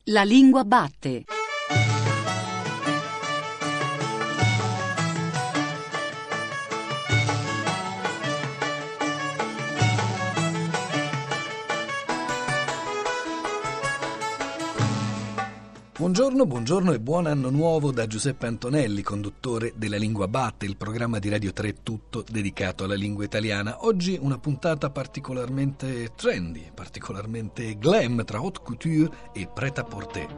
La lingua batte. Buongiorno e buon anno nuovo da Giuseppe Antonelli, conduttore della Lingua Batte, il programma di Radio 3 tutto dedicato alla lingua italiana. Oggi una puntata particolarmente trendy, particolarmente glam tra haute couture e prêt-à-porter.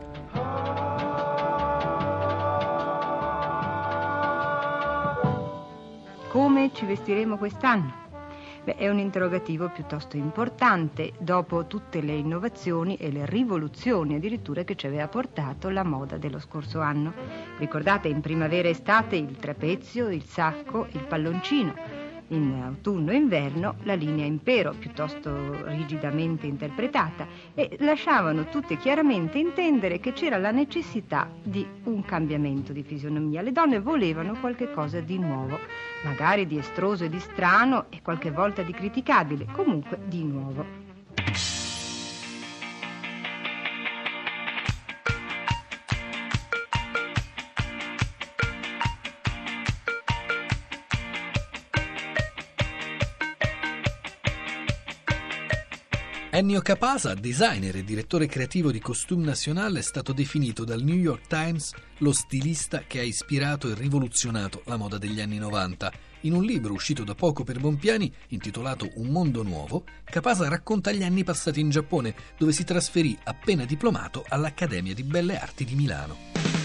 Come ci vestiremo quest'anno? È un interrogativo piuttosto importante dopo tutte le innovazioni e le rivoluzioni addirittura che ci aveva portato la moda dello scorso anno. Ricordate, in primavera e estate il trapezio, il sacco, il palloncino. In autunno e inverno la linea impero, piuttosto rigidamente interpretata, e lasciavano tutte chiaramente intendere che c'era la necessità di un cambiamento di fisionomia. Le donne volevano qualche cosa di nuovo, magari di estroso e di strano e qualche volta di criticabile, comunque di nuovo. Ennio Capasa, designer e direttore creativo di Costume National, è stato definito dal New York Times lo stilista che ha ispirato e rivoluzionato la moda degli anni 90. In un libro uscito da poco per Bompiani, intitolato Un mondo nuovo, Capasa racconta gli anni passati in Giappone, dove si trasferì appena diplomato all'Accademia di Belle Arti di Milano.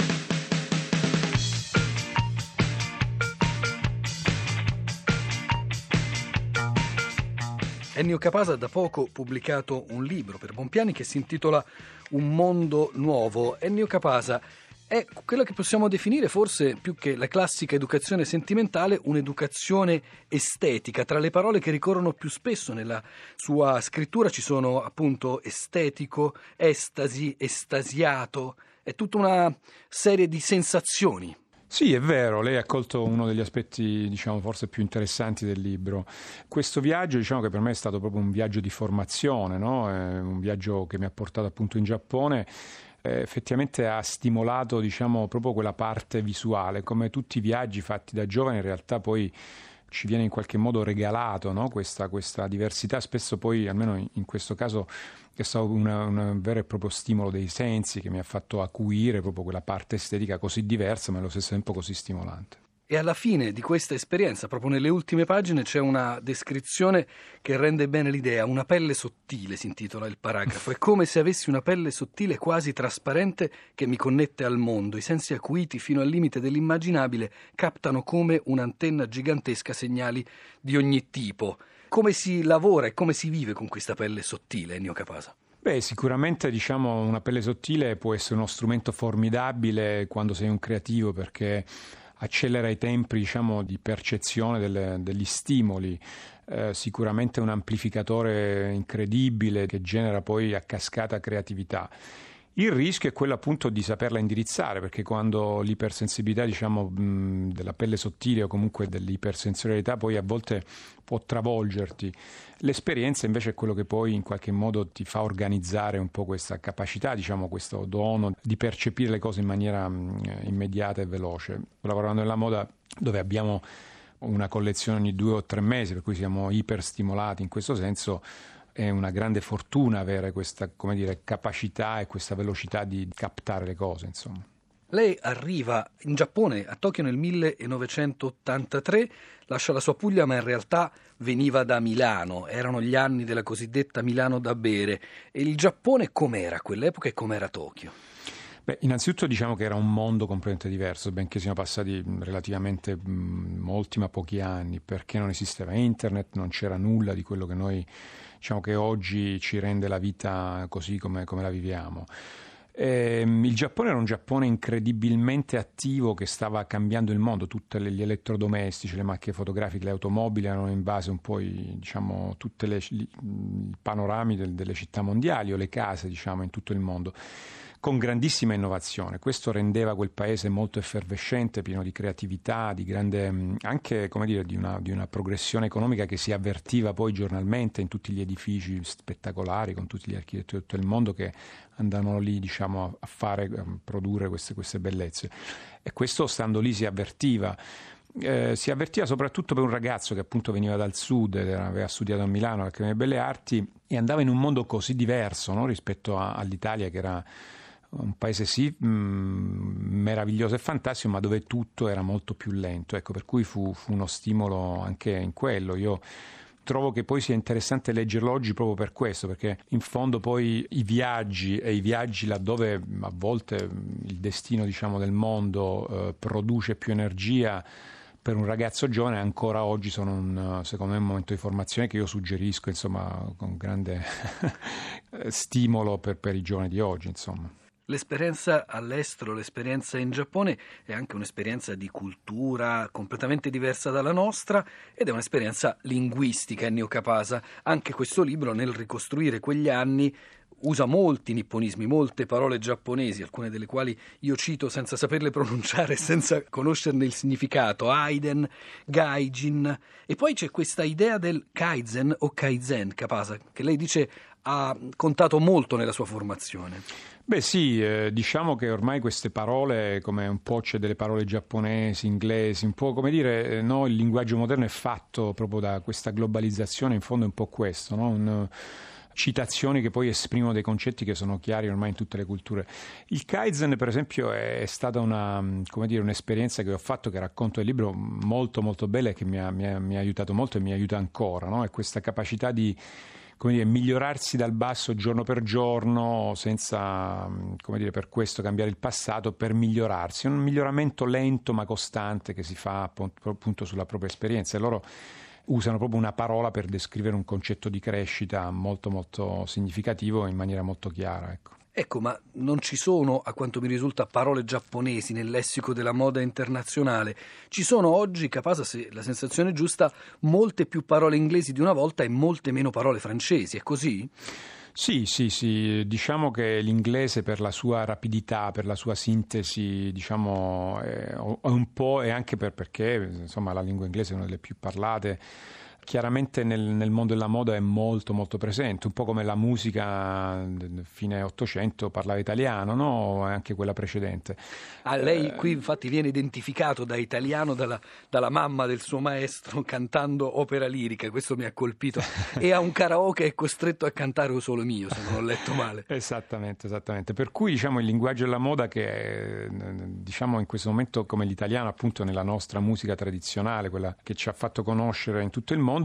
Ennio Capasa ha da poco pubblicato un libro per Bompiani che si intitola Un mondo nuovo. Ennio Capasa è quella che possiamo definire forse più che la classica educazione sentimentale, un'educazione estetica. Tra le parole che ricorrono più spesso nella sua scrittura ci sono appunto estetico, estasi, estasiato, è tutta una serie di sensazioni. Sì, è vero, lei ha colto uno degli aspetti, forse più interessanti del libro. Questo viaggio, che per me è stato proprio un viaggio di formazione, no? Un viaggio che mi ha portato appunto in Giappone, effettivamente ha stimolato, proprio quella parte visuale. Come tutti i viaggi fatti da giovane, in realtà poi ci viene in qualche modo regalato, no? Questa diversità, spesso poi, almeno in questo caso, è stato un vero e proprio stimolo dei sensi che mi ha fatto acuire proprio quella parte estetica così diversa ma allo stesso tempo così stimolante. E alla fine di questa esperienza, proprio nelle ultime pagine, c'è una descrizione che rende bene l'idea. Una pelle sottile si intitola il paragrafo. È come se avessi una pelle sottile quasi trasparente che mi connette al mondo. I sensi acuiti fino al limite dell'immaginabile captano come un'antenna gigantesca segnali di ogni tipo. Come si lavora e come si vive con questa pelle sottile, Ennio Capasa? Beh, sicuramente una pelle sottile può essere uno strumento formidabile quando sei un creativo, perché accelera i tempi di percezione degli stimoli, sicuramente un amplificatore incredibile che genera poi a cascata creatività. Il rischio è quello appunto di saperla indirizzare, perché quando l'ipersensibilità della pelle sottile o comunque dell'ipersensorialità poi a volte può travolgerti, l'esperienza invece è quello che poi in qualche modo ti fa organizzare un po' questa capacità, questo dono di percepire le cose in maniera immediata e veloce. Lavorando nella moda, dove abbiamo una collezione ogni 2 o 3 mesi, per cui siamo iperstimolati in questo senso, è una grande fortuna avere questa, capacità e questa velocità di captare le cose, insomma. Lei arriva in Giappone, a Tokyo, nel 1983, lascia la sua Puglia, ma in realtà veniva da Milano. Erano gli anni della cosiddetta Milano da bere. E il Giappone com'era a quell'epoca e com'era Tokyo? Beh, innanzitutto che era un mondo completamente diverso, benché siano passati relativamente molti ma pochi anni, perché non esisteva internet, non c'era nulla di quello che noi che oggi ci rende la vita così come la viviamo. Il Giappone era un Giappone incredibilmente attivo che stava cambiando il mondo. Tutti gli elettrodomestici, le macchine fotografiche, le automobili erano in base un po' tutti i panorami delle città mondiali o le case in tutto il mondo. con grandissima innovazione. Questo rendeva quel paese molto effervescente, pieno di creatività, di grande, anche come dire, di una progressione economica che si avvertiva poi giornalmente in tutti gli edifici spettacolari, con tutti gli architetti di tutto il mondo che andavano lì, diciamo, a produrre queste bellezze. E questo, stando lì, si avvertiva soprattutto per un ragazzo che appunto veniva dal sud, aveva studiato a Milano all'Accademia delle Belle Arti e andava in un mondo così diverso, no? Rispetto all'Italia, che era un paese meraviglioso e fantastico, ma dove tutto era molto più lento. Ecco, per cui fu uno stimolo anche in quello. Io trovo che poi sia interessante leggerlo oggi proprio per questo, perché in fondo poi i viaggi laddove a volte il destino, diciamo, del mondo produce più energia, per un ragazzo giovane ancora oggi sono secondo me un momento di formazione che io suggerisco, insomma, con grande stimolo per i giovani di oggi, insomma. L'esperienza all'estero, l'esperienza in Giappone è anche un'esperienza di cultura completamente diversa dalla nostra ed è un'esperienza linguistica, Ennio Capasa. Anche questo libro, nel ricostruire quegli anni, usa molti nipponismi, molte parole giapponesi, alcune delle quali io cito senza saperle pronunciare, senza conoscerne il significato: Aiden, Gaijin. E poi c'è questa idea del Kaizen o Kaizen, Capasa, che lei dice ha contato molto nella sua formazione. Beh sì, diciamo che ormai queste parole, come un po' c'è delle parole giapponesi, inglesi, un po' come dire, no, il linguaggio moderno è fatto proprio da questa globalizzazione, in fondo è un po' questo, no? Citazioni che poi esprimono dei concetti che sono chiari ormai in tutte le culture. Il Kaizen, per esempio, è stata un'esperienza che ho fatto, che racconto nel libro, molto molto bella e che mi ha aiutato molto e mi aiuta ancora, no? È questa capacità di, come dire, migliorarsi dal basso giorno per giorno senza, come dire, per questo cambiare il passato, per migliorarsi. È un miglioramento lento ma costante che si fa appunto sulla propria esperienza, e loro usano proprio una parola per descrivere un concetto di crescita molto molto significativo in maniera molto chiara, ecco. Ecco, ma non ci sono, a quanto mi risulta, parole giapponesi nel lessico della moda internazionale. Ci sono oggi, Capasa, se la sensazione è giusta, molte più parole inglesi di una volta e molte meno parole francesi, è così? Sì, diciamo che l'inglese, per la sua rapidità, per la sua sintesi, diciamo, è un po', e anche perché insomma la lingua inglese è una delle più parlate. Chiaramente nel mondo della moda è molto molto presente, un po' come la musica fine 800 parlava italiano, no? Anche quella precedente. Lei qui infatti viene identificato da italiano dalla mamma del suo maestro cantando opera lirica, questo mi ha colpito, e a un karaoke è costretto a cantare O Sole Mio, se non ho letto male. Esattamente, per cui diciamo il linguaggio della moda, che diciamo in questo momento, come l'italiano appunto nella nostra musica tradizionale, quella che ci ha fatto conoscere in tutto il mondo,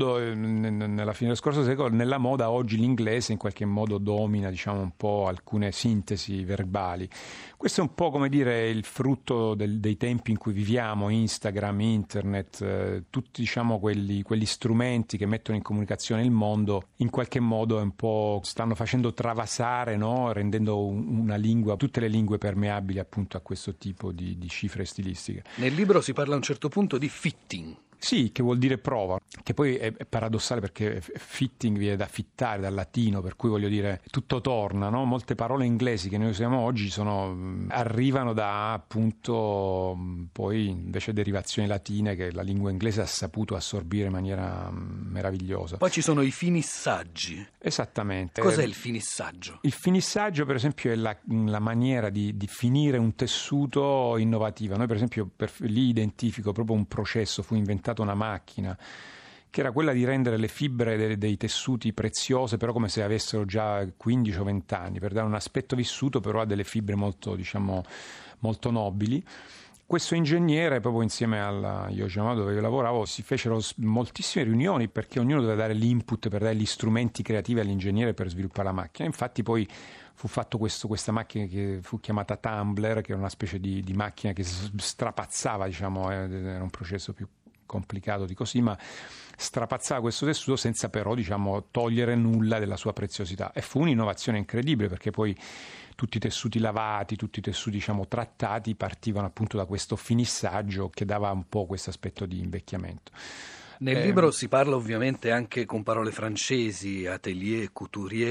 nella fine del scorso secolo, nella moda oggi l'inglese in qualche modo domina, diciamo, un po' alcune sintesi verbali. Questo è un po', come dire, il frutto dei tempi in cui viviamo, Instagram, internet, tutti, diciamo, quegli strumenti che mettono in comunicazione il mondo, in qualche modo un po' stanno facendo travasare, no? Rendendo una lingua, tutte le lingue permeabili appunto a questo tipo di cifre stilistiche. Nel libro si parla a un certo punto di fitting. Sì, che vuol dire prova, che poi è paradossale perché fitting viene da fittare, dal latino, per cui voglio dire tutto torna, no? Molte parole inglesi che noi usiamo oggi arrivano da appunto poi invece derivazioni latine che la lingua inglese ha saputo assorbire in maniera meravigliosa. Poi ci sono i finissaggi. Esattamente. Cos'è il finissaggio? Il finissaggio, per esempio, è la maniera di finire un tessuto innovativa. Noi, per esempio, lì identifico proprio un processo, fu inventato una macchina che era quella di rendere le fibre dei tessuti preziose, però come se avessero già 15 o 20 anni, per dare un aspetto vissuto però a delle fibre molto, diciamo, molto nobili. Questo ingegnere, proprio insieme alla Yoshiyama dove io lavoravo, si fecero moltissime riunioni perché ognuno doveva dare l'input per dare gli strumenti creativi all'ingegnere per sviluppare la macchina. Infatti poi fu fatto questa macchina che fu chiamata Tumbler, che era una specie di macchina che strapazzava, diciamo, era un processo più complicato di così, ma strapazzava questo tessuto senza però, diciamo, togliere nulla della sua preziosità, e fu un'innovazione incredibile perché poi tutti i tessuti lavati, tutti i tessuti, diciamo, trattati partivano appunto da questo finissaggio che dava un po' questo aspetto di invecchiamento. Nel libro si parla ovviamente anche con parole francesi, atelier, couturier,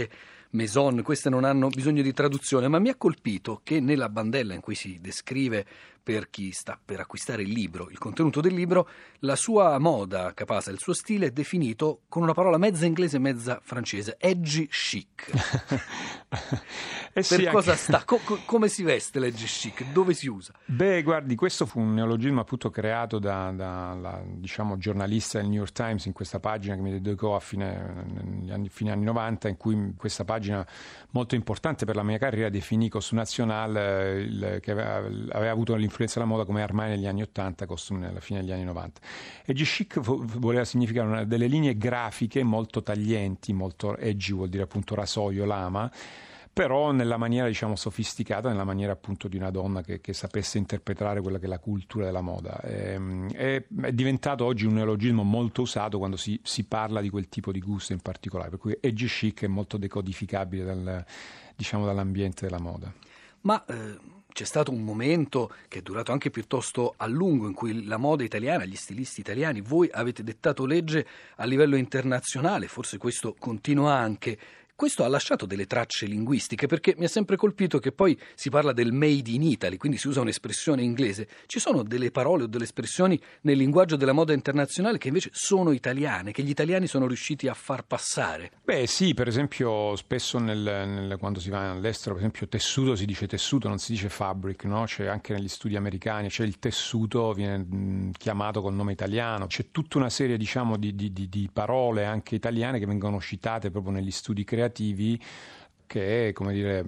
maison, queste non hanno bisogno di traduzione, ma mi ha colpito che nella bandella in cui si descrive per chi sta per acquistare il libro, il contenuto del libro, la sua moda, Capasa, il suo stile è definito con una parola mezza inglese e mezza francese, edgy chic. Sì, per cosa sta? Come si veste l'edgy chic? Dove si usa? Beh, guardi, questo fu un neologismo appunto creato da diciamo, giornalista del New York Times in questa pagina che mi dedicò a fine anni 90, in cui questa pagina molto importante per la mia carriera definì Costume National, che aveva avuto l'influenza della moda come Armani negli anni 80, Costume alla fine degli anni 90. Edgy chic voleva significare delle linee grafiche molto taglienti, molto edgy vuol dire appunto rasoio, lama, però nella maniera diciamo sofisticata, nella maniera appunto di una donna che sapesse interpretare quella che è la cultura della moda. È diventato oggi un neologismo molto usato quando si parla di quel tipo di gusto in particolare, per cui edgy chic è molto decodificabile dall'ambiente della moda. Ma c'è stato un momento che è durato anche piuttosto a lungo in cui la moda italiana, gli stilisti italiani, voi avete dettato legge a livello internazionale, forse questo continua anche. Questo ha lasciato delle tracce linguistiche, perché mi ha sempre colpito che poi si parla del made in Italy, quindi si usa un'espressione inglese. Ci sono delle parole o delle espressioni nel linguaggio della moda internazionale che invece sono italiane, che gli italiani sono riusciti a far passare? Beh sì, per esempio spesso quando si va all'estero, per esempio tessuto si dice tessuto, non si dice fabric, no? C'è anche negli studi americani, c'è il tessuto, viene chiamato col nome italiano, c'è tutta una serie diciamo di parole anche italiane che vengono citate proprio negli studi creativi, che, come dire,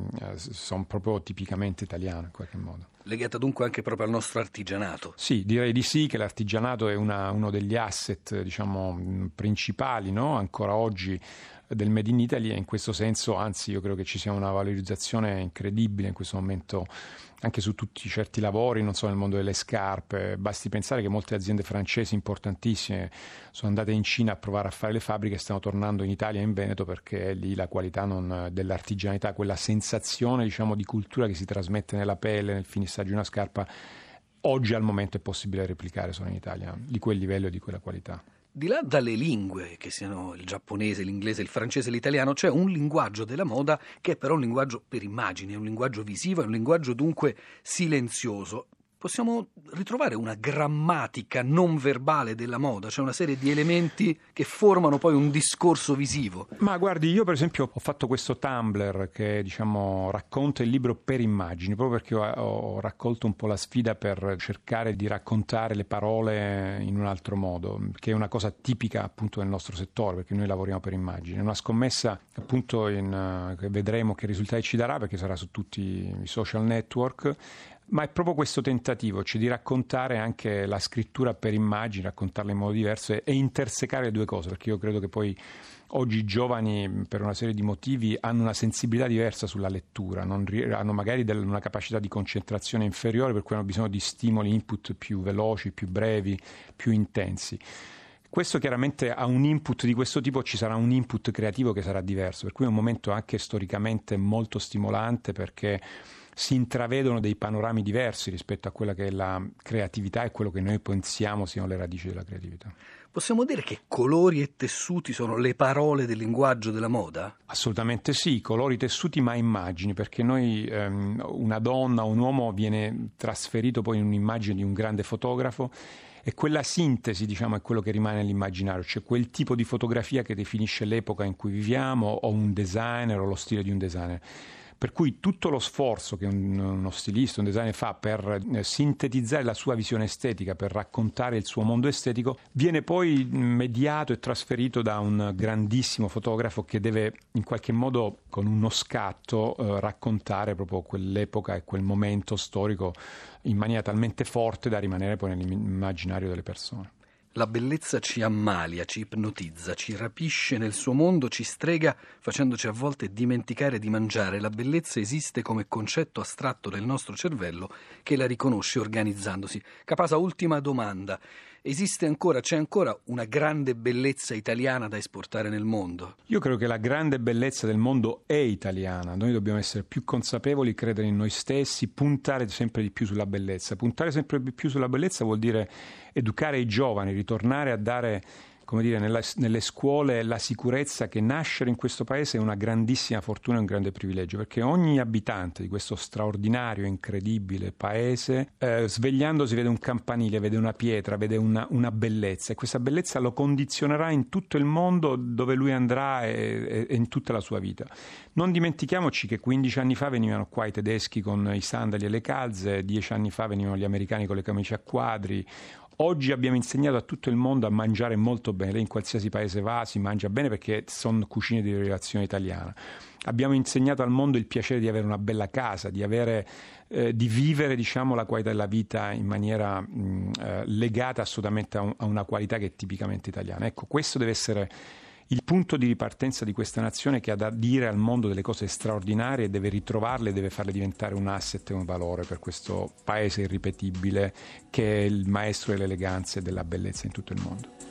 sono proprio tipicamente italiane in qualche modo. Legata dunque anche proprio al nostro artigianato? Sì, direi di sì, che l'artigianato è uno degli asset, diciamo, principali, no? Ancora oggi del Made in Italy, e in questo senso, anzi, io credo che ci sia una valorizzazione incredibile in questo momento anche su tutti certi lavori, non solo nel mondo delle scarpe. Basti pensare che molte aziende francesi importantissime sono andate in Cina a provare a fare le fabbriche e stanno tornando in Italia e in Veneto perché lì la qualità dell'artigianità, quella sensazione diciamo di cultura che si trasmette nella pelle, nel finissaggio di una scarpa, oggi al momento è possibile replicare solo in Italia, di quel livello e di quella qualità. Di là dalle lingue, che siano il giapponese, l'inglese, il francese, l'italiano, c'è un linguaggio della moda che è però un linguaggio per immagini, è un linguaggio visivo, è un linguaggio dunque silenzioso. Possiamo ritrovare una grammatica non verbale della moda, cioè una serie di elementi che formano poi un discorso visivo. Ma guardi, io per esempio ho fatto questo Tumblr che diciamo racconta il libro per immagini, proprio perché ho raccolto un po' la sfida per cercare di raccontare le parole in un altro modo, che è una cosa tipica appunto del nostro settore, perché noi lavoriamo per immagini. È una scommessa appunto che vedremo che risultati ci darà, perché sarà su tutti i social network. Ma è proprio questo tentativo, cioè di raccontare anche la scrittura per immagini, raccontarla in modo diverso e intersecare le due cose, perché io credo che poi oggi i giovani per una serie di motivi hanno una sensibilità diversa sulla lettura, hanno magari una capacità di concentrazione inferiore, per cui hanno bisogno di stimoli, input più veloci, più brevi, più intensi. Questo chiaramente a un input di questo tipo ci sarà un input creativo che sarà diverso, per cui è un momento anche storicamente molto stimolante, perché si intravedono dei panorami diversi rispetto a quella che è la creatività e quello che noi pensiamo siano le radici della creatività. Possiamo dire che colori e tessuti sono le parole del linguaggio della moda? Assolutamente sì, colori, tessuti, ma immagini, perché noi una donna o un uomo viene trasferito poi in un'immagine di un grande fotografo, e quella sintesi, diciamo, è quello che rimane nell'immaginario, cioè quel tipo di fotografia che definisce l'epoca in cui viviamo, o un designer o lo stile di un designer. Per cui tutto lo sforzo che uno stilista, un designer fa per sintetizzare la sua visione estetica, per raccontare il suo mondo estetico, viene poi mediato e trasferito da un grandissimo fotografo che deve in qualche modo con uno scatto raccontare proprio quell'epoca e quel momento storico in maniera talmente forte da rimanere poi nell'immaginario delle persone. La bellezza ci ammalia, ci ipnotizza, ci rapisce nel suo mondo, ci strega facendoci a volte dimenticare di mangiare. La bellezza esiste come concetto astratto nel nostro cervello che la riconosce organizzandosi. Capasa, ultima domanda. Esiste ancora, c'è ancora una grande bellezza italiana da esportare nel mondo? Io credo che la grande bellezza del mondo è italiana. Noi dobbiamo essere più consapevoli, credere in noi stessi, puntare sempre di più sulla bellezza. Puntare sempre di più sulla bellezza vuol dire educare i giovani, ritornare a dare come dire, nelle scuole la sicurezza che nascere in questo paese è una grandissima fortuna e un grande privilegio, perché ogni abitante di questo straordinario, incredibile paese, svegliandosi vede un campanile, vede una pietra, vede una bellezza, e questa bellezza lo condizionerà in tutto il mondo dove lui andrà e in tutta la sua vita. Non dimentichiamoci che 15 anni fa venivano qua i tedeschi con i sandali e le calze, 10 anni fa venivano gli americani con le camicie a quadri. Oggi abbiamo insegnato a tutto il mondo a mangiare molto bene. Lei in qualsiasi paese va si mangia bene perché sono cucine di derivazione italiana. Abbiamo insegnato al mondo il piacere di avere una bella casa, di vivere, diciamo, la qualità della vita in maniera legata assolutamente a una qualità che è tipicamente italiana. Ecco, questo deve essere il punto di ripartenza di questa nazione, che ha da dire al mondo delle cose straordinarie, deve ritrovarle, deve farle diventare un asset e un valore per questo paese irripetibile che è il maestro dell'eleganza e della bellezza in tutto il mondo.